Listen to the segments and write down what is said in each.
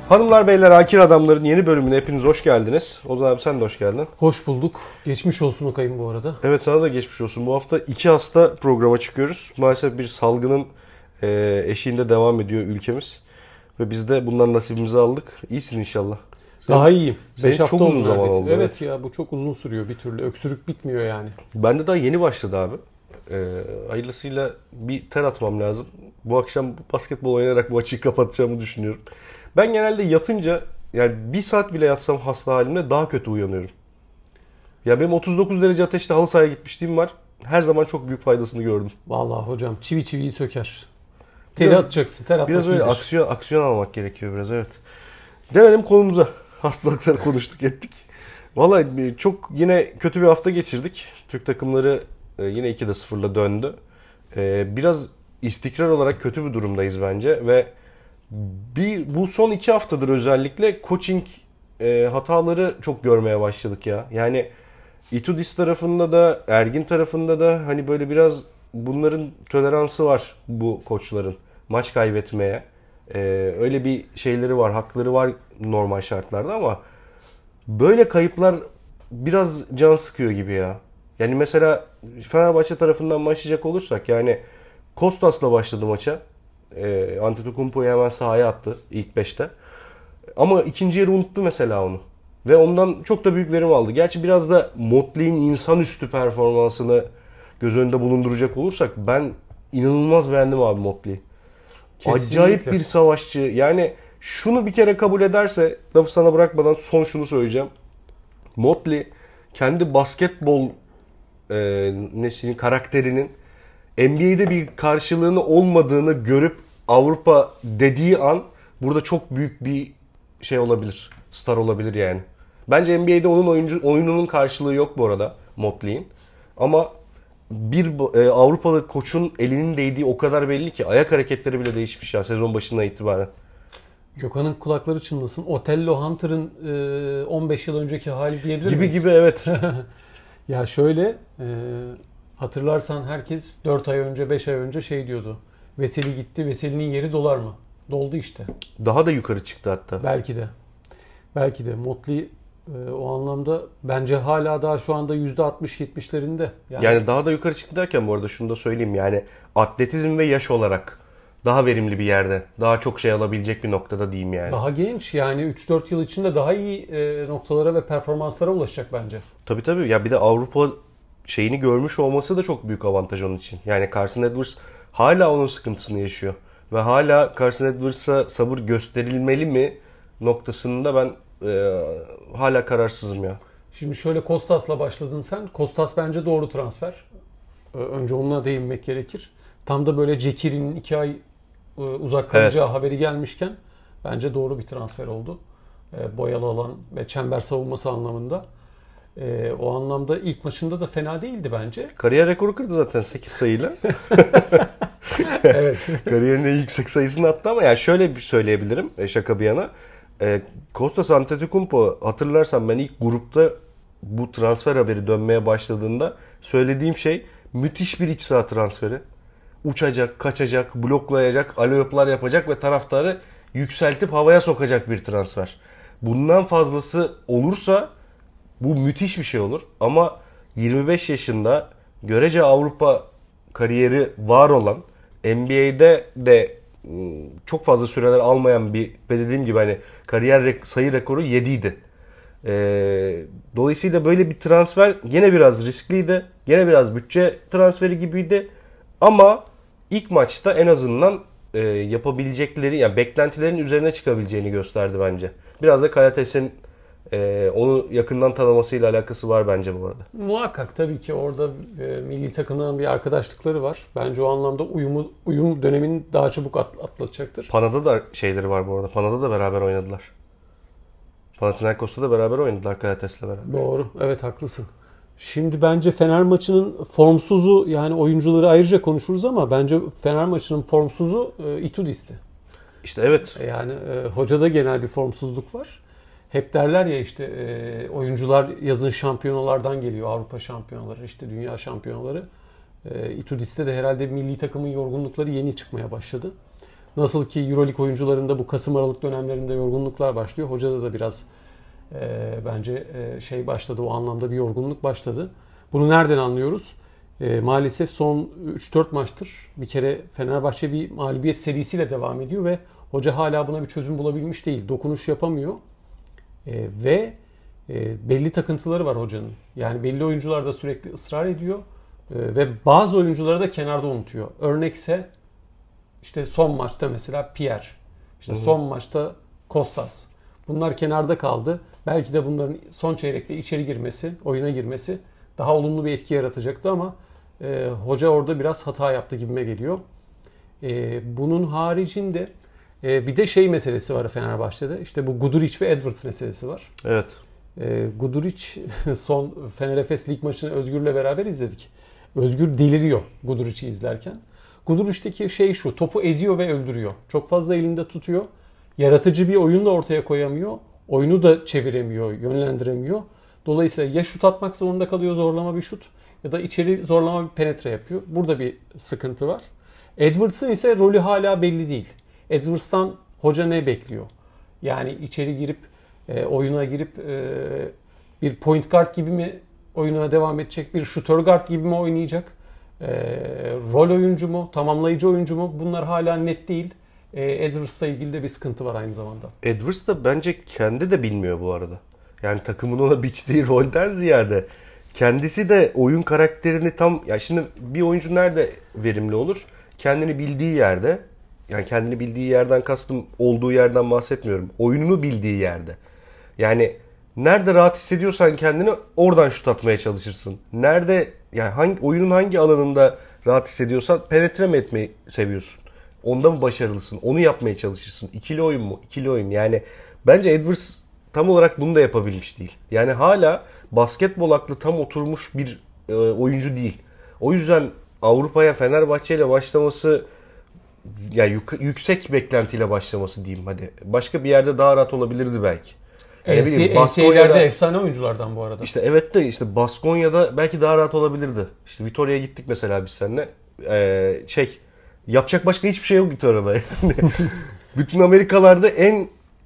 Hanımlar beyler Akil Adamların yeni bölümüne hepiniz hoş geldiniz. Ozan abi sen de hoş geldin. Hoş bulduk. Geçmiş olsun Okay'ım bu arada. Evet sana da geçmiş olsun. Bu hafta 2 hasta programa çıkıyoruz. Maalesef bir salgının eşiğinde devam ediyor ülkemiz. Ve biz de bundan nasibimizi aldık. İyisin inşallah. Daha iyiyim. 5 hafta çok uzun zaman neredeyse. oldu. Evet ya bu çok uzun sürüyor bir türlü. Öksürük bitmiyor yani. Ben de daha yeni başladı abi. Hayırlısıyla bir ter atmam lazım. Bu akşam basketbol oynayarak bu açığı kapatacağımı düşünüyorum. Ben genelde yatınca yani bir saat bile yatsam hasta halimle daha kötü uyanıyorum. Ya benim 39 derece ateşte halı sahaya gitmişliğim var. Her zaman çok büyük faydasını gördüm. Vallahi hocam çivi çiviyi söker. Teri atacaksın. Ter atmak Biraz öyle iyidir. aksiyon almak gerekiyor biraz, evet. Dönelim konumuza. Hastalıkları konuştuk ettik. Vallahi çok yine kötü bir hafta geçirdik. Türk takımları yine 2'de 0'la döndü. Biraz istikrar olarak kötü bir durumdayız bence ve bu son 2 haftadır özellikle coaching hataları çok görmeye başladık ya. Yani Itudis tarafında da Ergin tarafında da hani böyle biraz bunların toleransı var bu koçların maç kaybetmeye. Öyle bir şeyleri var, hakları var normal şartlarda ama böyle kayıplar biraz can sıkıyor gibi ya. Yani mesela Fenerbahçe tarafından başlayacak olursak yani Kostas'la başladı maça. Antetokounmpo'yu hemen sahaya attı ilk 5'te. Ama ikinci yarı unuttu mesela onu. Ve ondan çok da büyük verim aldı. Gerçi biraz da Motley'in insanüstü performansını göz önünde bulunduracak olursak ben inanılmaz beğendim abi Motley'i. Acayip bir savaşçı. Yani şunu bir kere kabul ederse, lafı sana bırakmadan son şunu söyleyeceğim. Motley kendi basketbol karakterinin NBA'de bir karşılığını olmadığını görüp Avrupa dediği an burada çok büyük bir şey olabilir. Star olabilir yani. Bence NBA'de onun oyununun karşılığı yok bu arada Motley'in. Ama bir Avrupalı koçun elinin değdiği o kadar belli ki ayak hareketleri bile değişmiş ya sezon başından itibaren. Gökhan'ın kulakları çınlasın. Otello Hunter'ın 15 yıl önceki hali diyebilir miyiz? Gibi evet. Ya şöyle hatırlarsan herkes 4 ay önce 5 ay önce şey diyordu. Veseli gitti. Veseli'nin yeri dolar mı? Doldu işte. Daha da yukarı çıktı hatta. Belki de. Belki de. Motley o anlamda bence hala daha şu anda %60-70'lerinde. Yani daha da yukarı çıktı derken bu arada şunu da söyleyeyim. Yani atletizm ve yaş olarak daha verimli bir yerde. Daha çok şey alabilecek bir noktada diyeyim yani. Daha genç yani 3-4 yıl içinde daha iyi noktalara ve performanslara ulaşacak bence. Tabii. Ya bir de Avrupa şeyini görmüş olması da çok büyük avantaj onun için. Yani Carson Edwards hala onun sıkıntısını yaşıyor. Ve hala Carson Edwards'a sabır gösterilmeli mi noktasında ben hala kararsızım ya. Şimdi şöyle Kostas'la başladın sen. Kostas bence doğru transfer. Önce onunla değinmek gerekir. Tam da böyle Cekir'in 2 ay uzak kalacağı haberi gelmişken bence doğru bir transfer oldu. Boyalı alan ve çember savunması anlamında. O anlamda ilk maçında da fena değildi bence. Kariyer rekoru kırdı zaten 8 sayıyla. Evet. Kariyerinin en yüksek sayısını attı ama yani şöyle bir söyleyebilirim şaka bir yana. Kostas Antetokounmpo hatırlarsan ben ilk grupta bu transfer haberi dönmeye başladığında söylediğim şey müthiş bir iç saha transferi. Uçacak, kaçacak, bloklayacak, alooplar yapacak ve taraftarı yükseltip havaya sokacak bir transfer. Bundan fazlası olursa bu müthiş bir şey olur. Ama 25 yaşında görece Avrupa kariyeri var olan, NBA'de de çok fazla süreler almayan bir ve dediğim gibi hani kariyer sayı rekoru 7 idi. Dolayısıyla böyle bir transfer yine biraz riskliydi. Yine biraz bütçe transferi gibiydi. Ama ilk maçta en azından yapabilecekleri, yani beklentilerin üzerine çıkabileceğini gösterdi bence. Biraz da Kalates'in onu yakından tanımasıyla alakası var bence bu arada. Muhakkak tabii ki orada milli takımdan bir arkadaşlıkları var. Bence o anlamda uyum dönemini daha çabuk atlatacaktır. Pana'da da şeyleri var bu arada. Pana'da da beraber oynadılar. Panathinaikos'ta da beraber oynadılar Kalates'le beraber. Doğru. Evet haklısın. Şimdi bence Fener maçının formsuzu, yani oyuncuları ayrıca konuşuruz ama bence Fener maçının formsuzu Itudis'ti. İşte evet. Yani hocada genel bir formsuzluk var. Hep derler ya işte oyuncular yazın şampiyonalardan geliyor. Avrupa şampiyonaları, işte dünya şampiyonaları. Itudis'te de herhalde milli takımın yorgunlukları yeni çıkmaya başladı. Nasıl ki EuroLeague oyuncularında bu Kasım-Aralık dönemlerinde yorgunluklar başlıyor. Hocada da biraz bence şey başladı, o anlamda bir yorgunluk başladı. Bunu nereden anlıyoruz? Maalesef son 3-4 maçtır bir kere Fenerbahçe bir mağlubiyet serisiyle devam ediyor ve hoca hala buna bir çözüm bulabilmiş değil. Dokunuş yapamıyor ve belli takıntıları var hocanın. Yani belli oyuncular da sürekli ısrar ediyor ve bazı oyuncuları da kenarda unutuyor. Örnekse işte son maçta mesela Pierre, işte son maçta Kostas. Bunlar kenarda kaldı. Belki de bunların son çeyrekte içeri girmesi, oyuna girmesi daha olumlu bir etki yaratacaktı ama hoca orada biraz hata yaptı gibime geliyor. Bunun haricinde bir de şey meselesi var Fenerbahçe'de. İşte bu Guduric ve Edwards meselesi var. Evet. Guduric son Fener Efes lig maçını Özgür'le beraber izledik. Özgür deliriyor Guduric'i izlerken. Guduric'teki şey şu, topu eziyor ve öldürüyor. Çok fazla elinde tutuyor. Yaratıcı bir oyun da ortaya koyamıyor. Oyunu da çeviremiyor, yönlendiremiyor. Dolayısıyla ya şut atmak zorunda kalıyor, zorlama bir şut, ya da içeri zorlama bir penetre yapıyor. Burada bir sıkıntı var. Edwards'ın ise rolü hala belli değil. Edwards'tan hoca ne bekliyor? Yani içeri girip, oyuna girip bir point guard gibi mi oyuna devam edecek, bir shooter guard gibi mi oynayacak? Rol oyuncu mu, tamamlayıcı oyuncu mu? Bunlar hala net değil. Edwards'la ilgili de bir sıkıntı var aynı zamanda. Edwards da bence kendi de bilmiyor bu arada. Yani takımın ona biçtiği rolden ziyade kendisi de oyun karakterini tam... Ya şimdi bir oyuncu nerede verimli olur? Kendini bildiği yerde. Yani kendini bildiği yerden kastım olduğu yerden bahsetmiyorum. Oyununu bildiği yerde. Yani nerede rahat hissediyorsan kendini oradan şut atmaya çalışırsın. Nerede yani oyunun hangi alanında rahat hissediyorsan penetre mi etmeyi seviyorsun? Onda mı başarılısın? Onu yapmaya çalışırsın. İkili oyun mu? İkili oyun. Yani bence Edwards tam olarak bunu da yapabilmiş değil. Yani hala basketbol aklı tam oturmuş bir oyuncu değil. O yüzden Avrupa'ya Fenerbahçe ile başlaması, yani yüksek beklentiyle başlaması diyeyim hadi. Başka bir yerde daha rahat olabilirdi belki. NCAA'lerde efsane oyunculardan bu arada. İşte evet de işte Baskonya'da belki daha rahat olabilirdi. İşte Vitoria'ya gittik mesela biz seninle. Yapacak başka hiçbir şey yok Vitoria'da. Bütün Amerikalarda en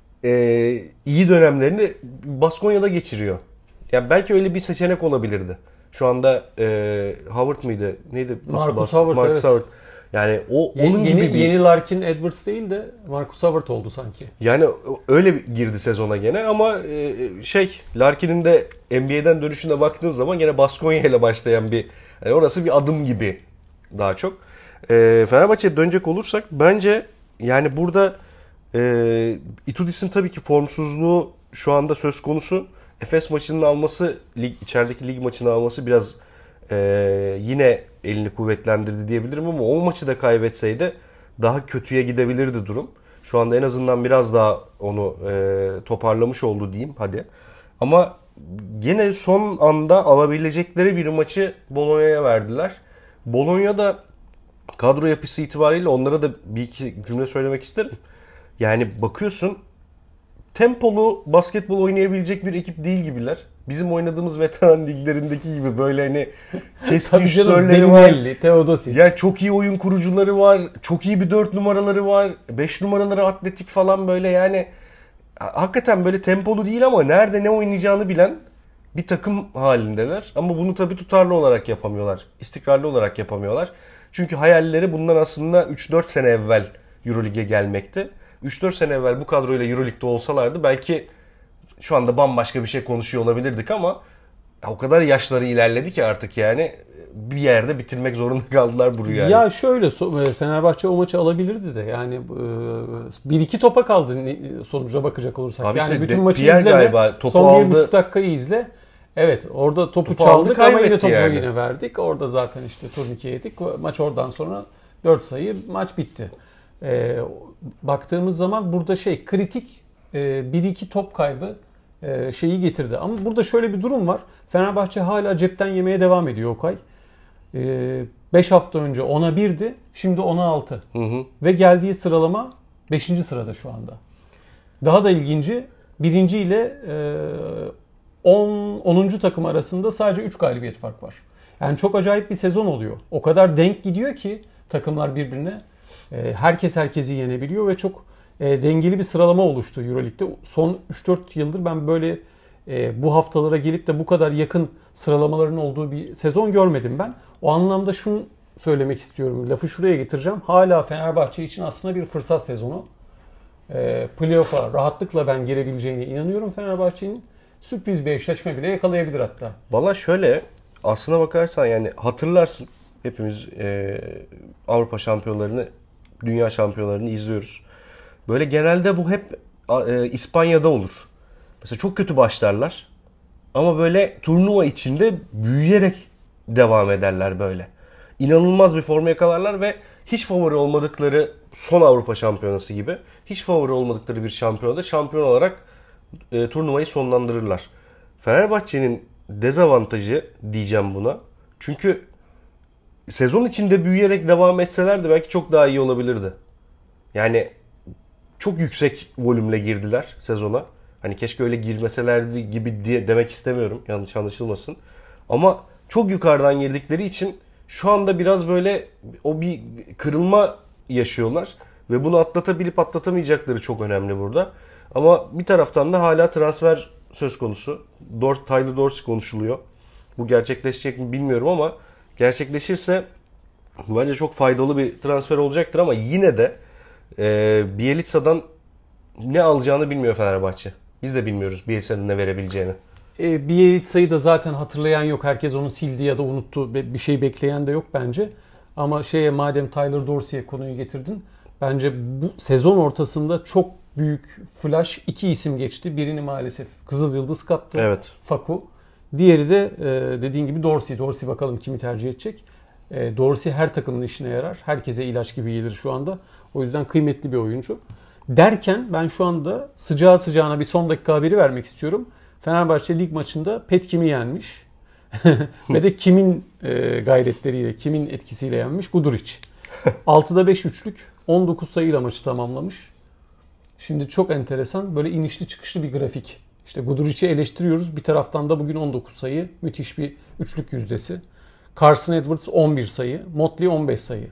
iyi dönemlerini Baskonya'da geçiriyor. Yani belki öyle bir seçenek olabilirdi. Şu anda Howard mıydı? Neydi? Marcus Howard. Evet. Howard. Yani onun gibi bir... Yeni Larkin Edwards değil de Marcus Howard oldu sanki. Yani öyle girdi sezona gene ama Larkin'in de NBA'den dönüşüne baktığın zaman gene Baskonya ile başlayan bir, yani orası bir adım gibi daha çok. Fenerbahçe'ye dönecek olursak bence yani burada Itudis'in tabii ki formsuzluğu şu anda söz konusu. Efes maçının alması, içerideki lig maçını alması biraz yine elini kuvvetlendirdi diyebilirim ama o maçı da kaybetseydi daha kötüye gidebilirdi durum. Şu anda en azından biraz daha onu toparlamış oldu diyeyim hadi. Ama yine son anda alabilecekleri bir maçı Bologna'ya verdiler. Bologna da kadro yapısı itibariyle onlara da bir iki cümle söylemek isterim. Yani bakıyorsun tempolu basketbol oynayabilecek bir ekip değil gibiler. Bizim oynadığımız veteran liglerindeki gibi böyle hani keskin şutörleri var. Teodosic. Ya çok iyi oyun kurucuları var. Çok iyi bir 4 numaraları var. 5 numaraları atletik falan böyle yani. Hakikaten böyle tempolu değil ama nerede ne oynayacağını bilen bir takım halindeler. Ama bunu tabii tutarlı olarak yapamıyorlar. İstikrarlı olarak yapamıyorlar. Çünkü hayalleri bundan aslında 3-4 sene evvel EuroLeague'e gelmekti. 3-4 sene evvel bu kadroyla EuroLeague'de olsalardı belki şu anda bambaşka bir şey konuşuyor olabilirdik ama o kadar yaşları ilerledi ki artık yani bir yerde bitirmek zorunda kaldılar bu rüyayı. Ya şöyle Fenerbahçe o maçı alabilirdi de yani 1-2 topa kaldı sonuca bakacak olursak. Abi yani işte bütün maçı Pierre izleme. Son 1,5 dakikayı izle. Evet orada topu çaldık ama yine topu yine verdik. Orada zaten işte turnike yedik. Maç oradan sonra 4 sayı maç bitti. Baktığımız zaman burada kritik 1-2 top kaybı şeyi getirdi. Ama burada şöyle bir durum var. Fenerbahçe hala cepten yemeye devam ediyor Okay. 5 hafta önce 10'a 1'di. Şimdi 10'a 6. Hı. Ve geldiği sıralama 5. sırada şu anda. Daha da ilginci 1. ile 10. takım arasında sadece 3 galibiyet fark var. Yani çok acayip bir sezon oluyor. O kadar denk gidiyor ki takımlar birbirine. Herkes herkesi yenebiliyor ve çok dengeli bir sıralama oluştu EuroLeague'de. Son 3-4 yıldır ben böyle bu haftalara gelip de bu kadar yakın sıralamaların olduğu bir sezon görmedim ben. O anlamda şunu söylemek istiyorum. Lafı şuraya getireceğim. Hala Fenerbahçe için aslında bir fırsat sezonu. Playoff'a rahatlıkla ben girebileceğine inanıyorum Fenerbahçe'nin. Sürpriz bir eşleşme bile yakalayabilir hatta. Valla şöyle, aslına bakarsan yani hatırlarsın hepimiz Avrupa şampiyonlarını, dünya şampiyonlarını izliyoruz. Böyle genelde bu hep İspanya'da olur. Mesela çok kötü başlarlar ama böyle turnuva içinde büyüyerek devam ederler böyle. İnanılmaz bir forma yakalarlar ve hiç favori olmadıkları son Avrupa şampiyonası gibi hiç favori olmadıkları bir şampiyonada şampiyon olarak turnuvayı sonlandırırlar. Fenerbahçe'nin dezavantajı diyeceğim buna. Çünkü sezon içinde büyüyerek devam etselerdi belki çok daha iyi olabilirdi. Yani çok yüksek volümle girdiler sezona. Hani keşke öyle girmeselerdi gibi diye demek istemiyorum. Yanlış anlaşılmasın. Ama çok yukarıdan girdikleri için şu anda biraz böyle o bir kırılma yaşıyorlar. Ve bunu atlatabilip atlatamayacakları çok önemli burada. Ama bir taraftan da hala transfer söz konusu. Tyler Dorsey konuşuluyor. Bu gerçekleşecek mi bilmiyorum ama gerçekleşirse bence çok faydalı bir transfer olacaktır ama yine de Bielitsa'dan ne alacağını bilmiyor Fenerbahçe. Biz de bilmiyoruz Bielitsa'nın ne verebileceğini. Bielitsa'yı da zaten hatırlayan yok. Herkes onu sildi ya da unuttu. Bir şey bekleyen de yok bence. Ama madem Tyler Dorsey'e konuyu getirdin. Bence bu sezon ortasında çok büyük flash 2 isim geçti. Birini maalesef Kızıl Yıldız kaptı. Evet. Faku. Diğeri de dediğin gibi Dorsey. Dorsey bakalım kimi tercih edecek. Dorsey her takımın işine yarar. Herkese ilaç gibi gelir şu anda. O yüzden kıymetli bir oyuncu. Derken ben şu anda sıcağı sıcağına bir son dakika haberi vermek istiyorum. Fenerbahçe lig maçında Petkim'i yenmiş. Ve de kimin gayretleriyle, kimin etkisiyle yenmiş? Guduric. 6'da 5 üçlük, 19 sayıyla maçı tamamlamış. Şimdi çok enteresan, böyle inişli çıkışlı bir grafik. İşte Guduric'i eleştiriyoruz. Bir taraftan da bugün 19 sayı, müthiş bir üçlük yüzdesi. Carson Edwards 11 sayı, Motley 15 sayı.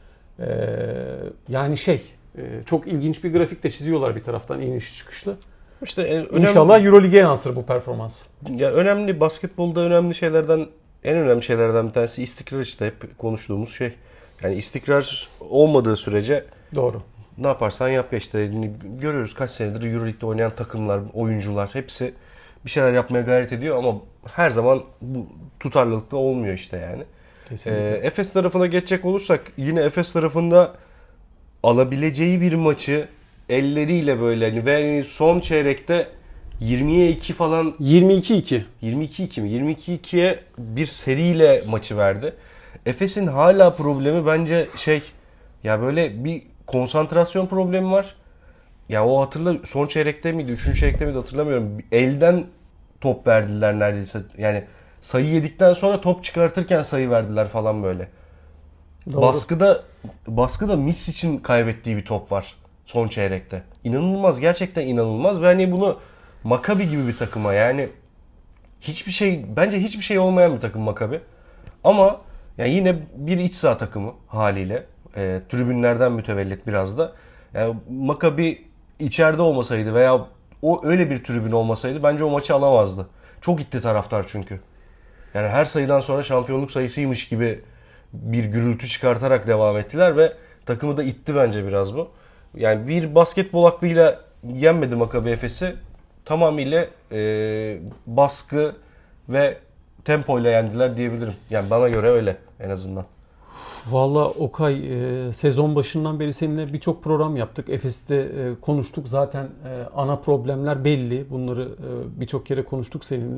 Yani çok ilginç bir grafik de çiziyorlar bir taraftan inişli çıkışlı. İşte İnşallah EuroLeague'e yansır bu performans. Ya önemli, basketbolda önemli şeylerden, en önemli şeylerden bir tanesi istikrar, işte hep konuştuğumuz şey. Yani istikrar olmadığı sürece doğru. Ne yaparsan yap ya, işte görüyoruz kaç senedir EuroLeague'de oynayan takımlar, oyuncular hepsi bir şeyler yapmaya gayret ediyor ama her zaman bu tutarlılıkta olmuyor işte yani. Efes tarafına geçecek olursak yine Efes tarafında alabileceği bir maçı elleriyle böyle ve son çeyrekte 20'ye 2 falan 22-2 22-2 mi? 22-2'ye bir seriyle maçı verdi. Efes'in hala problemi bence ya böyle bir konsantrasyon problemi var. Ya o son çeyrekte miydi, 3. çeyrekte miydi hatırlamıyorum. Elden top verdiler neredeyse. Yani sayı yedikten sonra top çıkartırken sayı verdiler falan böyle. Doğru. Baskıda Miss için kaybettiği bir top var son çeyrekte. İnanılmaz, gerçekten inanılmaz. Ve hani bunu Maccabi gibi bir takıma, yani bence hiçbir şey olmayan bir takım Maccabi. Ama yani yine bir iç saha takımı haliyle. Tribünlerden mütevellit biraz da. Yani Maccabi içeride olmasaydı veya o öyle bir tribün olmasaydı bence o maçı alamazdı. Çok itti taraftar çünkü. Yani her sayıdan sonra şampiyonluk sayısıymış gibi bir gürültü çıkartarak devam ettiler ve takımı da itti bence biraz bu. Yani bir basketbol aklıyla yenmedi Maccabi Efes'i. Tamamıyla baskı ve tempoyla yendiler diyebilirim. Yani bana göre öyle en azından. Valla Okay, sezon başından beri seninle birçok program yaptık. Efes'te konuştuk. Zaten ana problemler belli. Bunları birçok kere konuştuk seninle.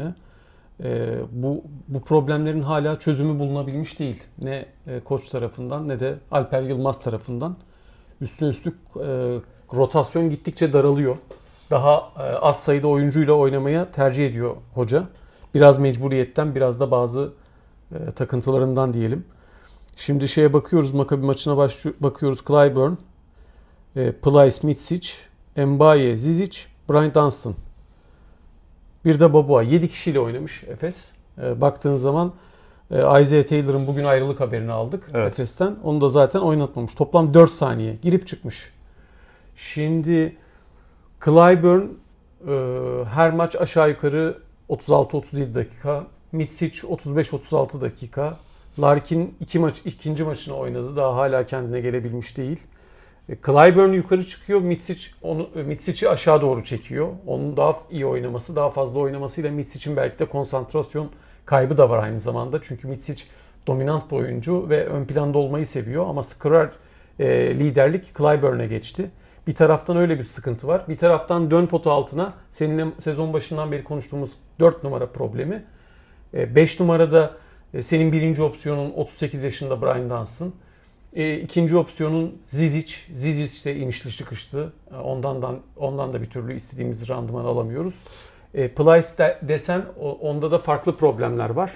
Bu problemlerin hala çözümü bulunabilmiş değil. Ne koç tarafından ne de Alper Yılmaz tarafından. Üstüne üstlük rotasyon gittikçe daralıyor. Daha az sayıda oyuncuyla oynamaya tercih ediyor hoca. Biraz mecburiyetten, biraz da bazı takıntılarından diyelim. Şimdi bakıyoruz, Maccabi maçına bakıyoruz. Clyburn, Plyce, Mitsic, Mbaye, Zizic, Brian Dunstan. Bir de Babua. 7 kişiyle oynamış Efes. Baktığın zaman Isaiah Taylor'ın bugün ayrılık haberini aldık Efes'ten. Onu da zaten oynatmamış. Toplam 4 saniye girip çıkmış. Şimdi Clyburn her maç aşağı yukarı 36-37 dakika. Mitsic 35-36 dakika. Larkin ikinci maçını oynadı. Daha hala kendine gelebilmiş değil. Clyburn yukarı çıkıyor. Mitsic'i aşağı doğru çekiyor. Onun daha iyi oynaması, daha fazla oynamasıyla Mitsic'in belki de konsantrasyon kaybı da var aynı zamanda. Çünkü Mitsic dominant bir oyuncu ve ön planda olmayı seviyor. Ama skorer liderlik Clyburn'e geçti. Bir taraftan öyle bir sıkıntı var. Bir taraftan dön potu altına seninle sezon başından beri konuştuğumuz 4 numara problemi. 5 numarada senin birinci opsiyonun 38 yaşında Brian Dunstan. İkinci opsiyonun Zizic. Zizic de inişli çıkıştı. Ondan da bir türlü istediğimiz randıman alamıyoruz. Plyce desen onda da farklı problemler var.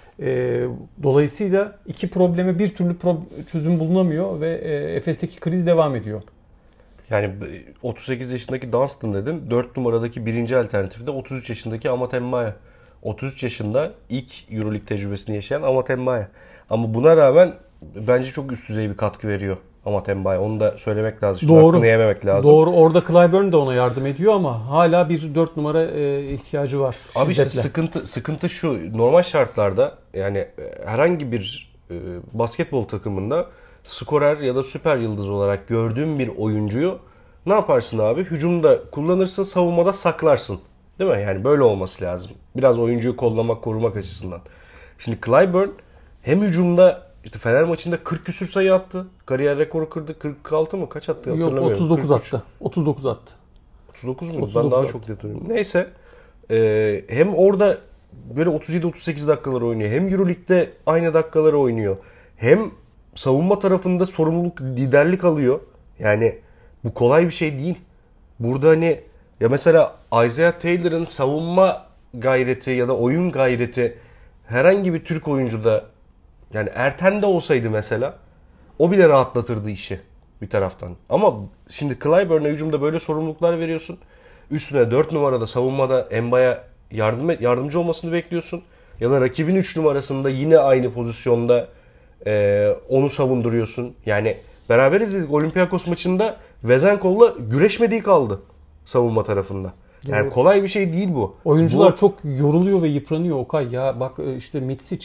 Dolayısıyla iki probleme bir türlü çözüm bulunamıyor ve Efes'teki kriz devam ediyor. Yani 38 yaşındaki Dunstan dedin. 4 numaradaki birinci alternatifi de 33 yaşındaki Amat Emmaya. 33 yaşında ilk Euroleague tecrübesini yaşayan Amat Emmaya. Ama buna rağmen bence çok üst düzey bir katkı veriyor Amat Emmaya. Onu da söylemek lazım. Doğru. Hakkını yememek lazım. Doğru. Orada Clyburn de ona yardım ediyor ama hala bir 4 numara ihtiyacı var. Abi şiddetle. işte sıkıntı şu. Normal şartlarda yani herhangi bir basketbol takımında skorer ya da süper yıldız olarak gördüğün bir oyuncuyu ne yaparsın abi? Hücumda kullanırsın, savunmada saklarsın. Değil mi? Yani böyle olması lazım. Biraz oyuncuyu kollamak, korumak açısından. Şimdi Clyburn hem hücumda işte Fener maçında 40 küsür sayı attı. Kariyer rekoru kırdı. 46 mı? Kaç attı hatırlamıyorum. Yok 39 43. attı. 39 attı. 39 mu? 39 Ben daha attı. çok hatırlıyorum. Neyse. Hem orada böyle 37-38 dakikalar oynuyor. Hem Euroleague'de aynı dakikaları oynuyor. Hem savunma tarafında sorumluluk, liderlik alıyor. Yani bu kolay bir şey değil. Burada hani ya mesela Isaiah Taylor'ın savunma gayreti ya da oyun gayreti herhangi bir Türk oyuncuda yani Erten'de olsaydı mesela o bile rahatlatırdı işi bir taraftan. Ama şimdi Clyburn'a hücumda böyle sorumluluklar veriyorsun. Üstüne 4 numarada savunmada Emba'ya yardımcı olmasını bekliyorsun. Ya da rakibin 3 numarasında yine aynı pozisyonda onu savunduruyorsun. Yani beraber izledik Olympiakos maçında Vezenkov'la güreşmediği kaldı savunma tarafında. Yani Doğru. kolay bir şey değil bu. Oyuncular çok yoruluyor ve yıpranıyor Okay. Ya bak işte Mitsic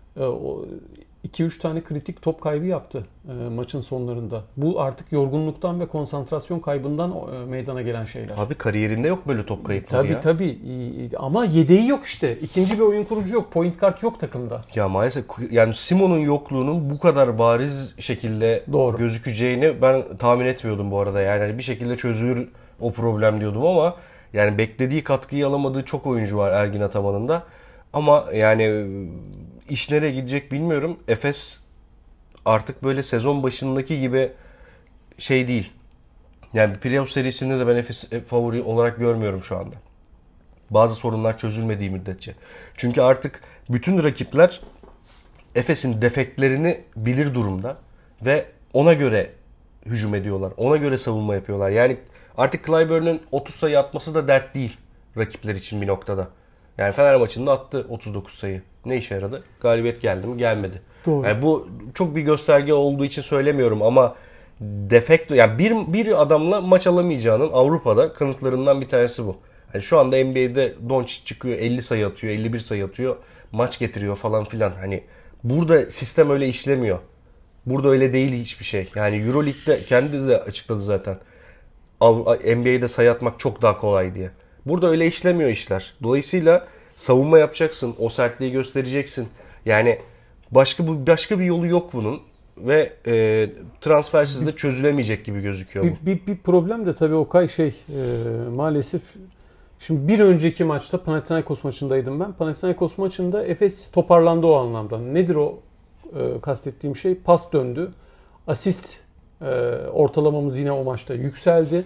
2-3 tane kritik top kaybı yaptı maçın sonlarında. Bu artık yorgunluktan ve konsantrasyon kaybından meydana gelen şeyler. Abi kariyerinde yok böyle top kayıpları ya. Tabii. Ama yedeği yok işte. İkinci bir oyun kurucu yok. Point guard yok takımda. Ya maalesef yani Simon'un yokluğunun bu kadar bariz şekilde Doğru. gözükeceğini ben tahmin etmiyordum bu arada. Yani bir şekilde çözülür o problem diyordum ama yani beklediği katkıyı alamadığı çok oyuncu var Ergin Ataman'ın da. Ama yani iş nereye gidecek bilmiyorum. Efes artık böyle sezon başındaki gibi şey değil. Yani playoff serisinde de ben Efes favori olarak görmüyorum şu anda. Bazı sorunlar çözülmediği müddetçe. Çünkü artık bütün rakipler Efes'in defektlerini bilir durumda ve ona göre hücum ediyorlar. Ona göre savunma yapıyorlar. Yani artık Clyburn'un 30 sayı atması da dert değil rakipler için bir noktada. Yani Fener maçında attı 39 sayı. Ne işe yaradı? Galibiyet geldi mi? Gelmedi. Doğru. Yani bu çok bir gösterge olduğu için söylemiyorum ama defekt yani bir adamla maç alamayacağının Avrupa'da kanıtlarından bir tanesi bu. Yani şu anda NBA'de Doncic çıkıyor 50 sayı atıyor, 51 sayı atıyor, maç getiriyor falan filan. Hani burada sistem öyle işlemiyor. Burada öyle değil hiçbir şey. Yani Euroleague'de kendisi de açıkladı zaten. NBA'de sayı atmak çok daha kolay diye. Burada öyle işlemiyor işler. Dolayısıyla savunma yapacaksın, o sertliği göstereceksin. Yani başka bir yolu yok bunun ve transfersiz de çözülemeyecek gibi gözüküyor bu. Bir problem de tabii Okay maalesef şimdi bir önceki maçta Panathinaikos maçındaydım ben. Panathinaikos maçında Efes toparlandı o anlamda. Nedir o kastettiğim şey? Pas döndü. Asist ortalamamız yine o maçta yükseldi.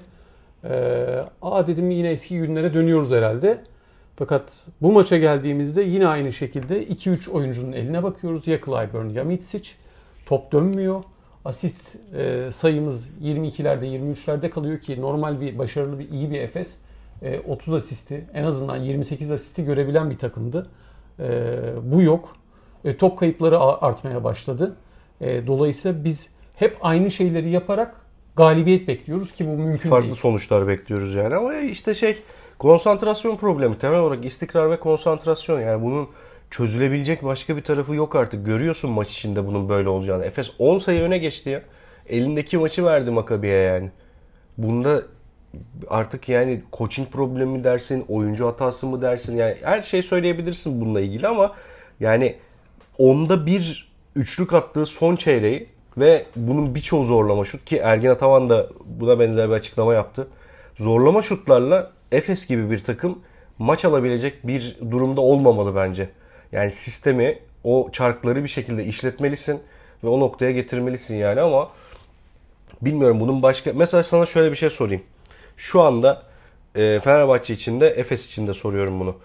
Dedim yine eski günlere dönüyoruz herhalde. Fakat bu maça geldiğimizde yine aynı şekilde 2-3 oyuncunun eline bakıyoruz. Ya Clyburn ya Mitsic. Top dönmüyor. Asist sayımız 22'lerde 23'lerde kalıyor ki normal bir başarılı iyi bir Efes 30 asisti en azından 28 asisti görebilen bir takımdı. Bu yok. top kayıpları artmaya başladı. Dolayısıyla biz hep aynı şeyleri yaparak galibiyet bekliyoruz ki bu mümkün Farklı değil. Farklı sonuçlar bekliyoruz yani ama işte konsantrasyon problemi, temel olarak istikrar ve konsantrasyon, yani bunun çözülebilecek başka bir tarafı yok artık. Görüyorsun maç içinde bunun böyle olacağını. Efes 10 sayı öne geçti ya. Elindeki maçı verdi Maccabi'ye yani. Bunda artık yani coaching problemi dersin, oyuncu hatası mı dersin, yani her şey söyleyebilirsin bununla ilgili ama yani onda bir üçlük attığı son çeyreği ve bunun birçoğu zorlama şut, ki Ergin Ataman da buna benzer bir açıklama yaptı. Zorlama şutlarla Efes gibi bir takım maç alabilecek bir durumda olmamalı bence. Yani sistemi, o çarkları bir şekilde işletmelisin ve o noktaya getirmelisin yani, ama bilmiyorum bunun başka... Mesela sana şöyle bir şey sorayım. Şu anda Fenerbahçe için de Efes için de soruyorum bunu.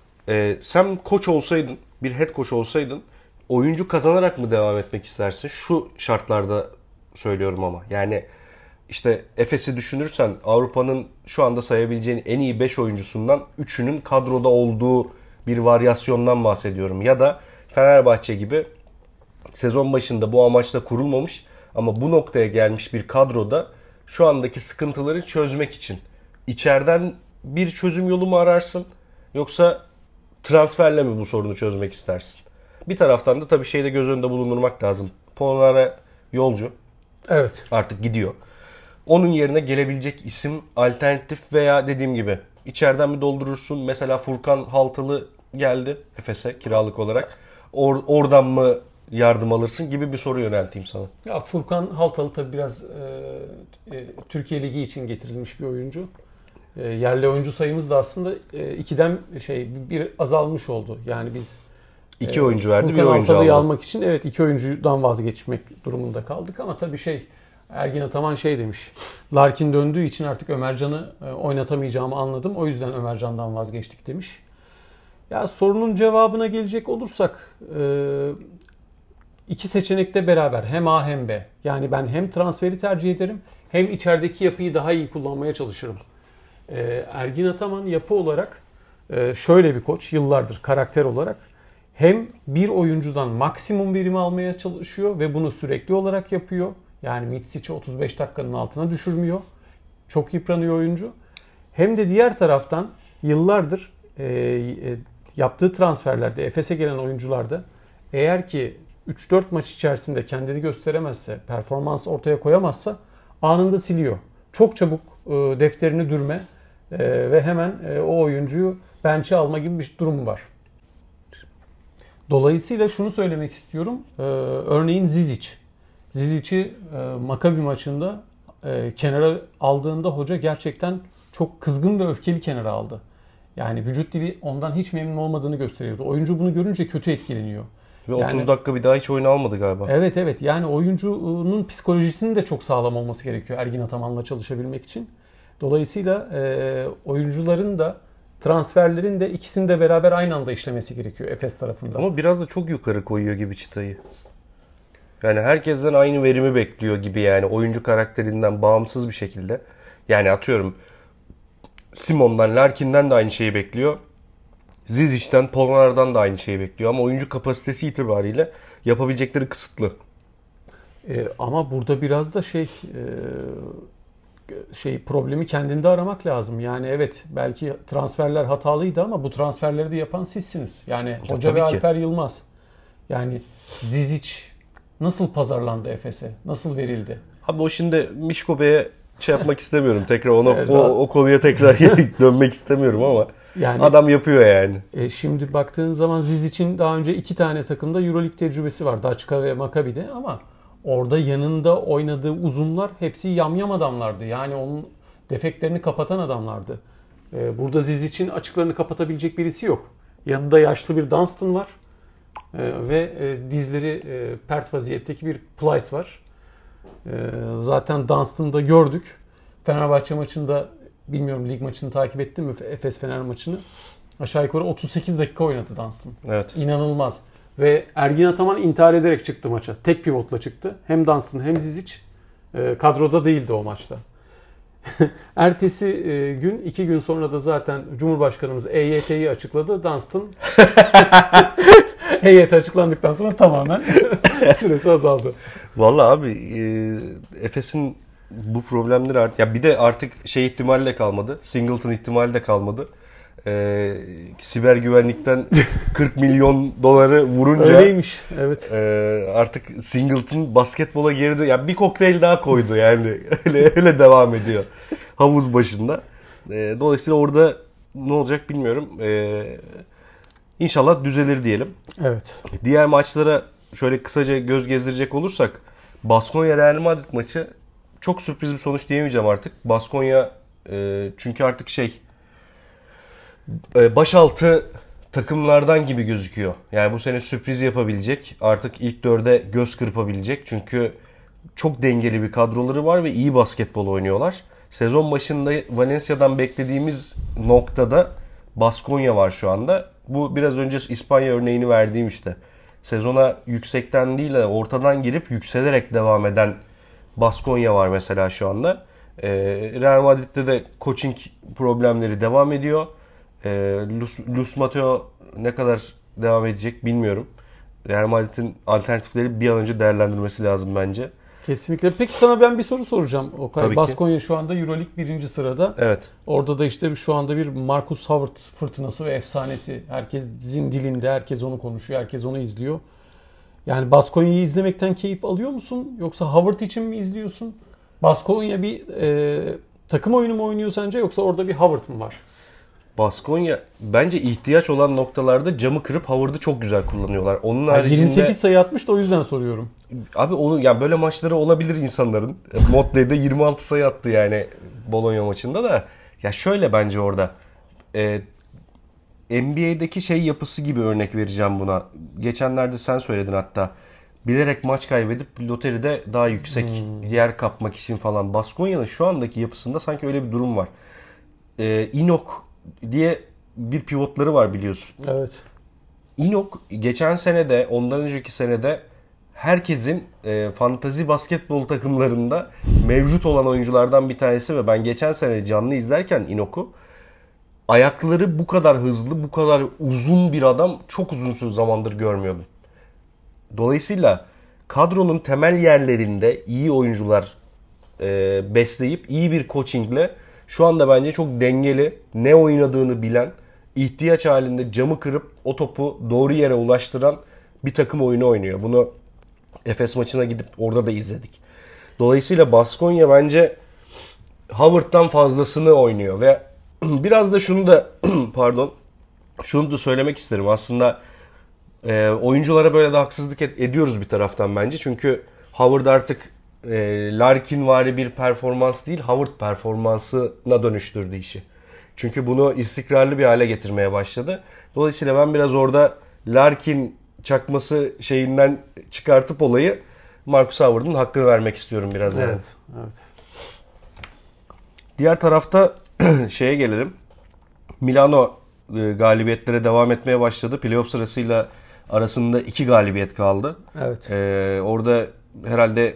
Sen koç olsaydın, bir head coach olsaydın, oyuncu kazanarak mı devam etmek istersin? Şu şartlarda söylüyorum ama. Yani işte Efes'i düşünürsen Avrupa'nın şu anda sayabileceğin en iyi 5 oyuncusundan 3'ünün kadroda olduğu bir varyasyondan bahsediyorum. Ya da Fenerbahçe gibi sezon başında bu amaçla kurulmamış ama bu noktaya gelmiş bir kadroda şu andaki sıkıntıları çözmek için içeriden bir çözüm yolu mu ararsın, yoksa transferle mi bu sorunu çözmek istersin? Bir taraftan da tabii şeyde göz önünde bulundurmak lazım. Polonara yolcu. Evet. Artık gidiyor. Onun yerine gelebilecek isim alternatif veya dediğim gibi içeriden mi doldurursun? Mesela Furkan Haltalı geldi Efes'e kiralık olarak. Oradan mı yardım alırsın gibi bir soru yönelteyim sana. Ya Furkan Haltalı tabii biraz Türkiye Ligi için getirilmiş bir oyuncu. Yerli oyuncu sayımız da aslında ikiden bir azalmış oldu. Yani biz 2 oyuncu verdi, bir Furkan oyuncu Haltalı'yı aldı. almak için 2 oyuncudan vazgeçmek durumunda kaldık ama tabii Ergin Ataman demiş. Larkin döndüğü için artık Ömercan'ı oynatamayacağımı anladım. O yüzden Ömercan'dan vazgeçtik demiş. Ya sorunun cevabına gelecek olursak iki seçenekte beraber hem A hem B. Yani ben hem transferi tercih ederim hem içerideki yapıyı daha iyi kullanmaya çalışırım. Ergin Ataman yapı olarak şöyle bir koç, yıllardır karakter olarak hem bir oyuncudan maksimum verimi almaya çalışıyor ve bunu sürekli olarak yapıyor. Yani Mitsic'i 35 dakikanın altına düşürmüyor. Çok yıpranıyor oyuncu. Hem de diğer taraftan yıllardır yaptığı transferlerde, Efes'e gelen oyuncularda eğer ki 3-4 maç içerisinde kendini gösteremezse, performans ortaya koyamazsa anında siliyor. Çok çabuk defterini dürme ve hemen o oyuncuyu bench'e alma gibi bir durum var. Dolayısıyla şunu söylemek istiyorum. Örneğin Zizic'i Maccabi maçında kenara aldığında hoca gerçekten çok kızgın ve öfkeli kenara aldı. Yani vücut dili ondan hiç memnun olmadığını gösteriyordu. Oyuncu bunu görünce kötü etkileniyor. Ve 30 dakika bir daha hiç oyunu almadı galiba. Evet. Yani oyuncunun psikolojisinin de çok sağlam olması gerekiyor Ergin Ataman'la çalışabilmek için. Dolayısıyla oyuncuların da transferlerin de ikisinin de beraber aynı anda işlemesi gerekiyor Efes tarafında. Ama biraz da çok yukarı koyuyor gibi çıtayı. Yani herkesten aynı verimi bekliyor gibi, yani oyuncu karakterinden bağımsız bir şekilde. Yani atıyorum Simon'dan, Larkin'den de aynı şeyi bekliyor. Zizic'den, Polonar'dan da aynı şeyi bekliyor. Ama oyuncu kapasitesi itibariyle yapabilecekleri kısıtlı. Ama burada biraz da problemi kendinde aramak lazım. Yani evet, belki transferler hatalıydı ama bu transferleri de yapan sizsiniz. Yani hoca ve Alper Yılmaz. Yani Zizic nasıl pazarlandı Efes'e? Nasıl verildi? Abi o şimdi Mişko Bey'e yapmak istemiyorum. Tekrar o konuya tekrar dönmek istemiyorum ama yani, adam yapıyor yani. Şimdi baktığın zaman Zizic'in daha önce 2 tane takımda EuroLeague tecrübesi var. Daçka ve Maccabi'de, ama orada yanında oynadığı uzunlar hepsi yamyam adamlardı. Yani onun defeklerini kapatan adamlardı. Burada Zizic'in açıklarını kapatabilecek birisi yok. Yanında yaşlı bir Dunstan var. Ve dizleri pert vaziyetteki bir Plyce var. Zaten Dunstan'da gördük. Fenerbahçe maçında, bilmiyorum lig maçını takip ettin mi? Efes Fener maçını. Aşağı yukarı 38 dakika oynadı Dunstan. Evet. İnanılmaz. Ve Ergin Ataman intihar ederek çıktı maça. Tek pivotla çıktı. Hem Dunstan hem Zizic kadroda değildi o maçta. Ertesi gün, 2 gün sonra da zaten Cumhurbaşkanımız EYT'yi açıkladı. Dunstan Heyet açıklandıktan sonra tamamen süresi azaldı. Vallahi abi Efes'in bu problemleri artık ya bir de artık şey ihtimali de kalmadı. Singleton ihtimali de kalmadı. Siber güvenlikten 40 milyon doları vurunca öyleymiş. Evet. Artık Singleton basketbola geri dön. Ya bir kokteyl daha koydu yani. öyle devam ediyor. Havuz başında. Dolayısıyla orada ne olacak bilmiyorum. İnşallah düzelir diyelim. Evet. Diğer maçlara şöyle kısaca göz gezdirecek olursak Baskonya Real Madrid maçı çok sürpriz bir sonuç diyemeyeceğim artık. Baskonya çünkü artık başaltı takımlardan gibi gözüküyor. Yani bu sene sürpriz yapabilecek. Artık ilk dörde göz kırpabilecek. Çünkü çok dengeli bir kadroları var ve iyi basketbol oynuyorlar. Sezon başında Valencia'dan beklediğimiz noktada Baskonya var şu anda. Bu biraz önce İspanya örneğini verdiğim işte. Sezona yüksekten değil de ortadan girip yükselerek devam eden Baskonya var mesela şu anda. Real Madrid'de de coaching problemleri devam ediyor. Luis Mateo ne kadar devam edecek bilmiyorum. Real Madrid'in alternatifleri bir an önce değerlendirmesi lazım bence. Kesinlikle. Peki sana ben bir soru soracağım. Tabii Baskonya şu anda Euroleague 1. sırada. Evet. Orada da işte şu anda bir Marcus Howard fırtınası ve efsanesi. Herkesin dilinde, herkes onu konuşuyor, herkes onu izliyor. Yani Baskonya'yı izlemekten keyif alıyor musun? Yoksa Howard için mi izliyorsun? Baskonya bir takım oyunu mu oynuyor sence yoksa orada bir Howard mı var? Baskonya bence ihtiyaç olan noktalarda camı kırıp Howard'ı çok güzel kullanıyorlar. Onun haricinde 28 sayı atmış da o yüzden soruyorum. Abi onu yani böyle maçları olabilir insanların. Motley'de 26 sayı attı yani Bologna maçında da. Ya şöyle bence orada NBA'deki şey yapısı gibi örnek vereceğim buna. Geçenlerde sen söyledin hatta. Bilerek maç kaybedip loteride daha yüksek yer kapmak için falan. Baskonya'nın şu andaki yapısında sanki öyle bir durum var. Inok diye bir pivotları var biliyorsun. Evet. Inok geçen sene de ondan önceki senede herkesin fantazi basketbol takımlarında mevcut olan oyunculardan bir tanesi ve ben geçen sene canlı izlerken Inok'u ayakları bu kadar hızlı, bu kadar uzun bir adam çok uzun zamandır görmüyordum. Dolayısıyla kadronun temel yerlerinde iyi oyuncular besleyip iyi bir coachingle şu anda bence çok dengeli, ne oynadığını bilen, ihtiyaç halinde camı kırıp o topu doğru yere ulaştıran bir takım oyunu oynuyor. Bunu Efes maçına gidip orada da izledik. Dolayısıyla Baskonya bence Howard'dan fazlasını oynuyor ve biraz da şunu da pardon şunu da söylemek isterim. Aslında oyunculara böyle de haksızlık ediyoruz bir taraftan bence. Çünkü Howard artık Larkinvari bir performans değil, Howard performansına dönüştürdü işi. Çünkü bunu istikrarlı bir hale getirmeye başladı. Dolayısıyla ben biraz orada Larkin çakması şeyinden çıkartıp olayı Marcus Howard'ın hakkını vermek istiyorum biraz yani. Evet, evet. Diğer tarafta şeye gelelim. Milano galibiyetlere devam etmeye başladı. Playoff sırasıyla arasında 2 galibiyet kaldı. Evet. Orada herhalde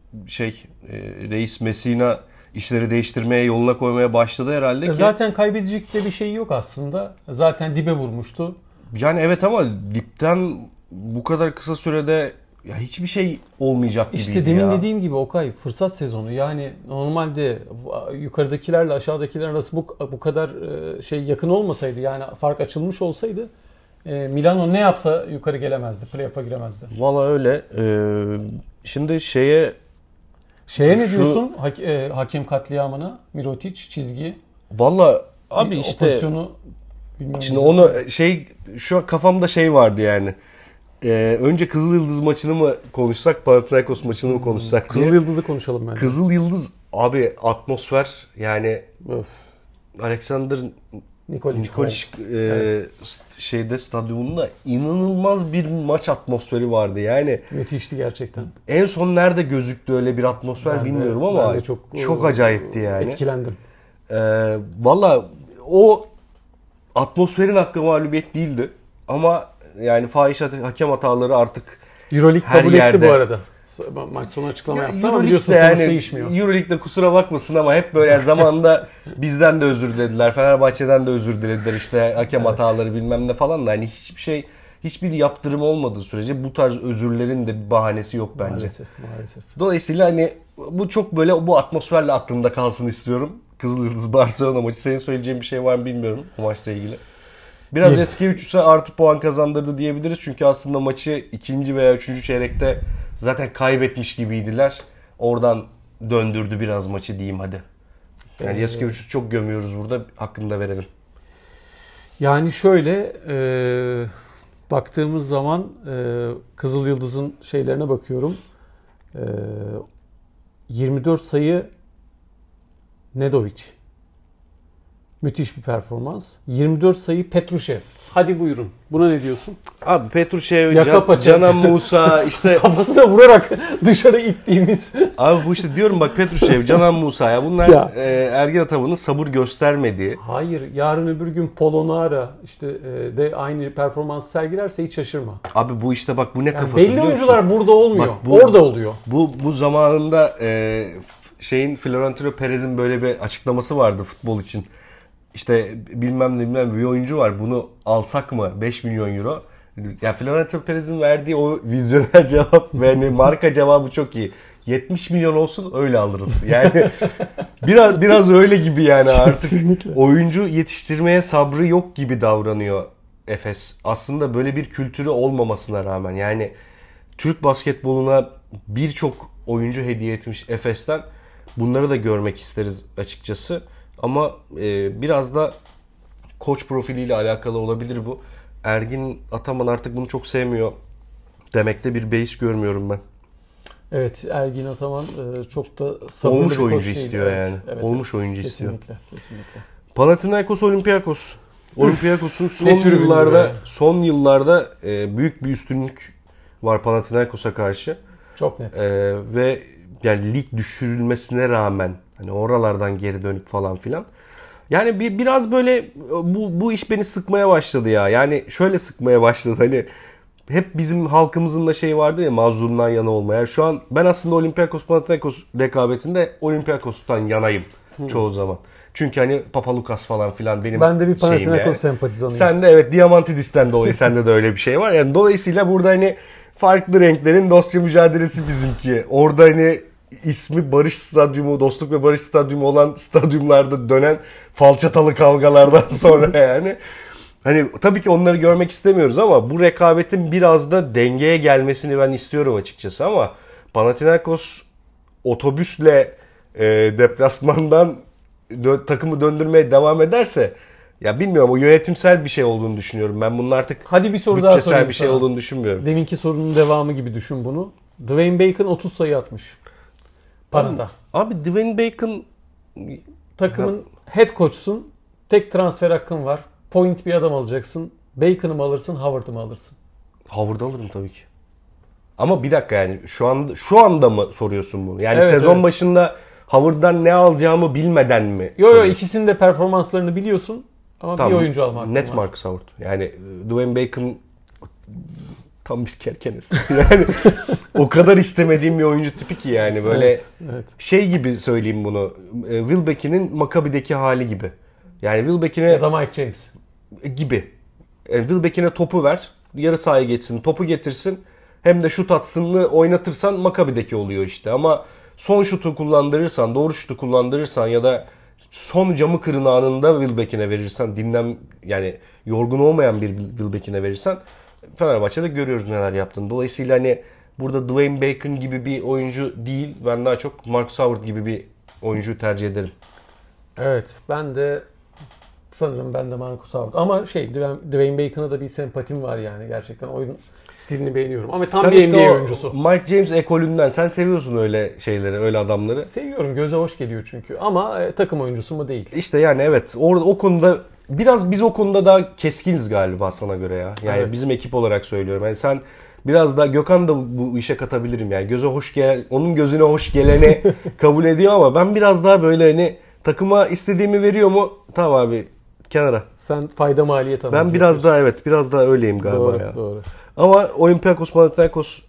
Reis Messina işleri değiştirmeye, yoluna koymaya başladı herhalde ki. Zaten kaybedecek de bir şey yok aslında. Zaten dibe vurmuştu. Yani evet ama dipten bu kadar kısa sürede ya hiçbir şey olmayacak gibiydi İşte demin dediğim gibi Okay, fırsat sezonu. Yani normalde yukarıdakilerle aşağıdakiler arası bu kadar yakın olmasaydı, yani fark açılmış olsaydı Milano ne yapsa yukarı gelemezdi, playoff'a giremezdi. Valla öyle. Şimdi ne diyorsun? Hakem katliamına, Mirotic çizgi. Valla abi işte pozisyonu şimdi onu şu kafamda vardı yani. Önce Kızıl Yıldız maçını mı konuşsak, Panathinaikos maçını mı konuşsak? Kızıl Yıldız'ı konuşalım bence. Kızıl Yıldız abi atmosfer yani Öf. Alexander Nikolic evet. Stadyumunda inanılmaz bir maç atmosferi vardı yani. Müthişti gerçekten. En son nerede gözüktü öyle bir atmosfer bilmiyorum ama ben de çok acayipti yani. Etkilendim. Valla o atmosferin hakkı mağlubiyet değildi ama yani fahiş hakem hataları artık Euroleague kabul etti bu arada. Maç sonu açıklama yaptı ama biliyorsun sonuç değişmiyor. Euroleague'de kusura bakmasın ama hep böyle zamanında bizden de özür dilediler. Fenerbahçe'den de özür dilediler işte hakem hataları bilmem ne falan da hani hiçbir şey hiçbir yaptırım olmadığı sürece bu tarz özürlerin de bir bahanesi yok bence. Maalesef. Dolayısıyla hani bu çok böyle bu atmosferle aklımda kalsın istiyorum. Kızılyıldız Barcelona maçı. Senin söyleyeceğin bir şey var mı bilmiyorum o maçla ilgili. Biraz eski 3'ü artı puan kazandırdı diyebiliriz. Çünkü aslında maçı 2. veya 3. çeyrekte zaten kaybetmiş gibiydiler. Oradan döndürdü biraz maçı diyeyim hadi. Yani Yasikevicius'u çok gömüyoruz burada. Hakkını da verelim. Yani şöyle baktığımız zaman Kızılyıldız'ın şeylerine bakıyorum. 24 sayı Nedovic. Müthiş bir performans. 24 sayı Petrushev. Hadi buyurun. Buna ne diyorsun? Abi Petrushev, Canan Musa işte kafasına vurarak dışarı ittiğimiz. Abi bu işte diyorum bak Petrushev, Canan Musa ya bunlar ya. Ergin Ataman'ın sabır göstermediği. Hayır, yarın öbür gün Polonara işte de aynı performans sergilerse hiç şaşırma. Abi bu işte bak bu ne yani kafası belli oyuncular burada olmuyor. Bak, orada oluyor. Bu zamanında Florentino Perez'in böyle bir açıklaması vardı futbol için. İşte bilmem bir oyuncu var. Bunu alsak mı? 5 milyon euro. Ya Florentino Perez'in verdiği o vizyoner cevap ve hani marka cevabı çok iyi. 70 milyon olsun öyle alırız. Yani biraz öyle gibi yani artık. Kesinlikle. Oyuncu yetiştirmeye sabrı yok gibi davranıyor Efes. Aslında böyle bir kültürü olmamasına rağmen yani Türk basketboluna birçok oyuncu hediye etmiş Efes'ten. Bunları da görmek isteriz açıkçası. Ama biraz da koç profiliyle alakalı olabilir bu. Ergin Ataman artık bunu çok sevmiyor demekte bir beis görmüyorum ben. Evet, Ergin Ataman çok da sabırlı olmuş bir oyuncu istiyor değil. yani. Evet, olmuş oyuncu kesinlikle, istiyor. Kesinlikle. Panathinaikos Olympiakos. Olympiakos'un son yıllarda büyük bir üstünlük var Panathinaikos'a karşı. Çok net. Ve yani lig düşürülmesine rağmen hani oralardan geri dönüp falan filan. Yani biraz böyle bu iş beni sıkmaya başladı ya. Yani şöyle sıkmaya başladı hani hep bizim halkımızın da şey vardı ya mazlumdan yana olmaya. Şu an ben aslında Olympiakos Panathinaikos rekabetinde Olympiakos'tan yanayım çoğu zaman. Çünkü hani Papalukas falan filan benim ben de bir Panathinaikos yani. sempatizanıyım. Sen de evet Diamantidis'ten dolayı sende de öyle bir şey var. Yani dolayısıyla burada hani farklı renklerin dostça mücadelesi bizimki. Orada hani ismi Barış Stadyumu, Dostluk ve Barış Stadyumu olan stadyumlarda dönen falçatalı kavgalardan sonra yani. Hani tabii ki onları görmek istemiyoruz ama bu rekabetin biraz da dengeye gelmesini ben istiyorum açıkçası ama Panathinaikos otobüsle deplasmandan takımı döndürmeye devam ederse ya bilmiyorum o yönetimsel bir şey olduğunu düşünüyorum. Ben bunun artık hadi bir soru daha sorayım bir şey olduğunu düşünmüyorum. Deminki sorunun devamı gibi düşün bunu. Dwayne Bacon 30 sayı atmış. Parada. Abi Dwayne Bacon takımın head coach'sun. Tek transfer hakkın var. Point bir adam alacaksın. Bacon'ı mı alırsın, Howard'ı mı alırsın? Howard'ı alırım tabii ki. Ama bir dakika yani şu anda mı soruyorsun bunu? Yani evet, sezon başında Howard'dan ne alacağımı bilmeden mi? Yo ikisinin de performanslarını biliyorsun ama tamam, bir oyuncu almak net var. Marcus Howard. Yani Dwayne Bacon tam bir kerkenes. Yani o kadar istemediğim bir oyuncu tipi ki yani böyle evet. Şey gibi söyleyeyim bunu. Will Becky'nin Maccabi'deki hali gibi. Yani Will Beckine ya da Mike James gibi. Will Beckine topu ver, yarı sahaya geçsin, topu getirsin. Hem de şut atsınlı oynatırsan Maccabi'deki oluyor işte. Ama son şutu kullandırırsan, doğru şutu kullandırırsan ya da son camı kırın anında Will Beckine verirsen, yani yorgun olmayan bir Will Beckine verirsen Fenerbahçe'de görüyoruz neler yaptığını. Dolayısıyla hani burada Dwayne Bacon gibi bir oyuncu değil, ben daha çok Marcus Howard gibi bir oyuncuyu tercih ederim. Evet, ben de Marcus Howard. Ama Dwayne Bacon'a da bir sempatim var yani gerçekten. Oyun stilini beğeniyorum. Ama tam bir NBA oyuncusu. Mike James ekolünden. Sen seviyorsun öyle şeyleri, öyle adamları. Seviyorum. Göze hoş geliyor çünkü. Ama takım oyuncusu mu değil. İşte yani evet. O konuda biraz biz o konuda daha keskiniz galiba sana göre ya. Yani evet. Bizim ekip olarak söylüyorum. Yani sen biraz daha Gökhan da bu işe katabilirim yani. Onun gözüne hoş geleni kabul ediyor ama ben biraz daha böyle hani takıma istediğimi veriyor mu? Tamam abi kenara. Sen fayda maliyet analizi Ben biraz daha biraz daha öyleyim galiba doğru, ya. Doğru. Ama Olympiakos Panathinaikos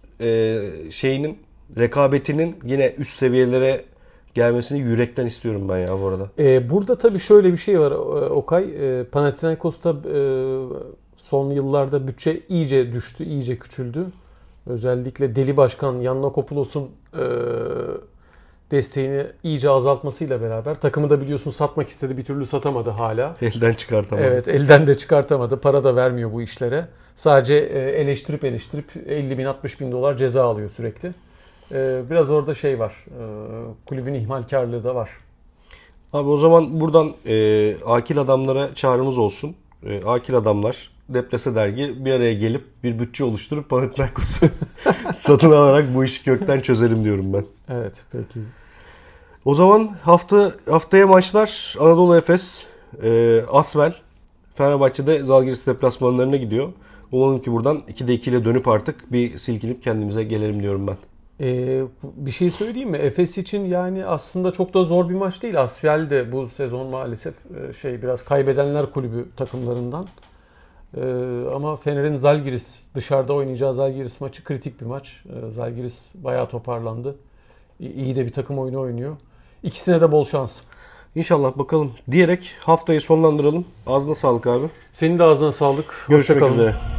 rekabetinin yine üst seviyelere gelmesini yürekten istiyorum ben ya bu arada. Burada tabii şöyle bir şey var Okay. Panathinaikos'ta son yıllarda bütçe iyice düştü, iyice küçüldü. Özellikle Deli Başkan Yannakopoulos'un desteğini iyice azaltmasıyla beraber takımı da biliyorsun satmak istedi, bir türlü satamadı hala. Elden çıkartamadı. Evet, elden de çıkartamadı. Para da vermiyor bu işlere. Sadece eleştirip 50 bin 60 bin dolar ceza alıyor sürekli. Biraz orada şey var. Kulübün ihmalkarlığı da var. Abi o zaman buradan akil adamlara çağrımız olsun. Akil adamlar, Deplase Dergi bir araya gelip bir bütçe oluşturup Panathinaikos'u satın alarak bu işi kökten çözelim diyorum ben. Evet, peki. O zaman haftaya maçlar Anadolu Efes, Asvel, Fenerbahçe'de Zalgiris deplasmanlarına gidiyor. Umarım ki buradan 2'de 2 ile dönüp artık bir silkinip kendimize gelelim diyorum ben. Bir şey söyleyeyim mi? Efes için yani aslında çok da zor bir maç değil. Asvel de bu sezon maalesef biraz kaybedenler kulübü takımlarından. Ama Fener'in Zalgiris dışarıda oynayacağı Zalgiris maçı kritik bir maç. Zalgiris bayağı toparlandı. İyi de bir takım oyunu oynuyor. İkisine de bol şans. İnşallah bakalım diyerek haftayı sonlandıralım. Ağzına sağlık abi. Senin de ağzına sağlık. Görüşmek Hoşça kalın. üzere.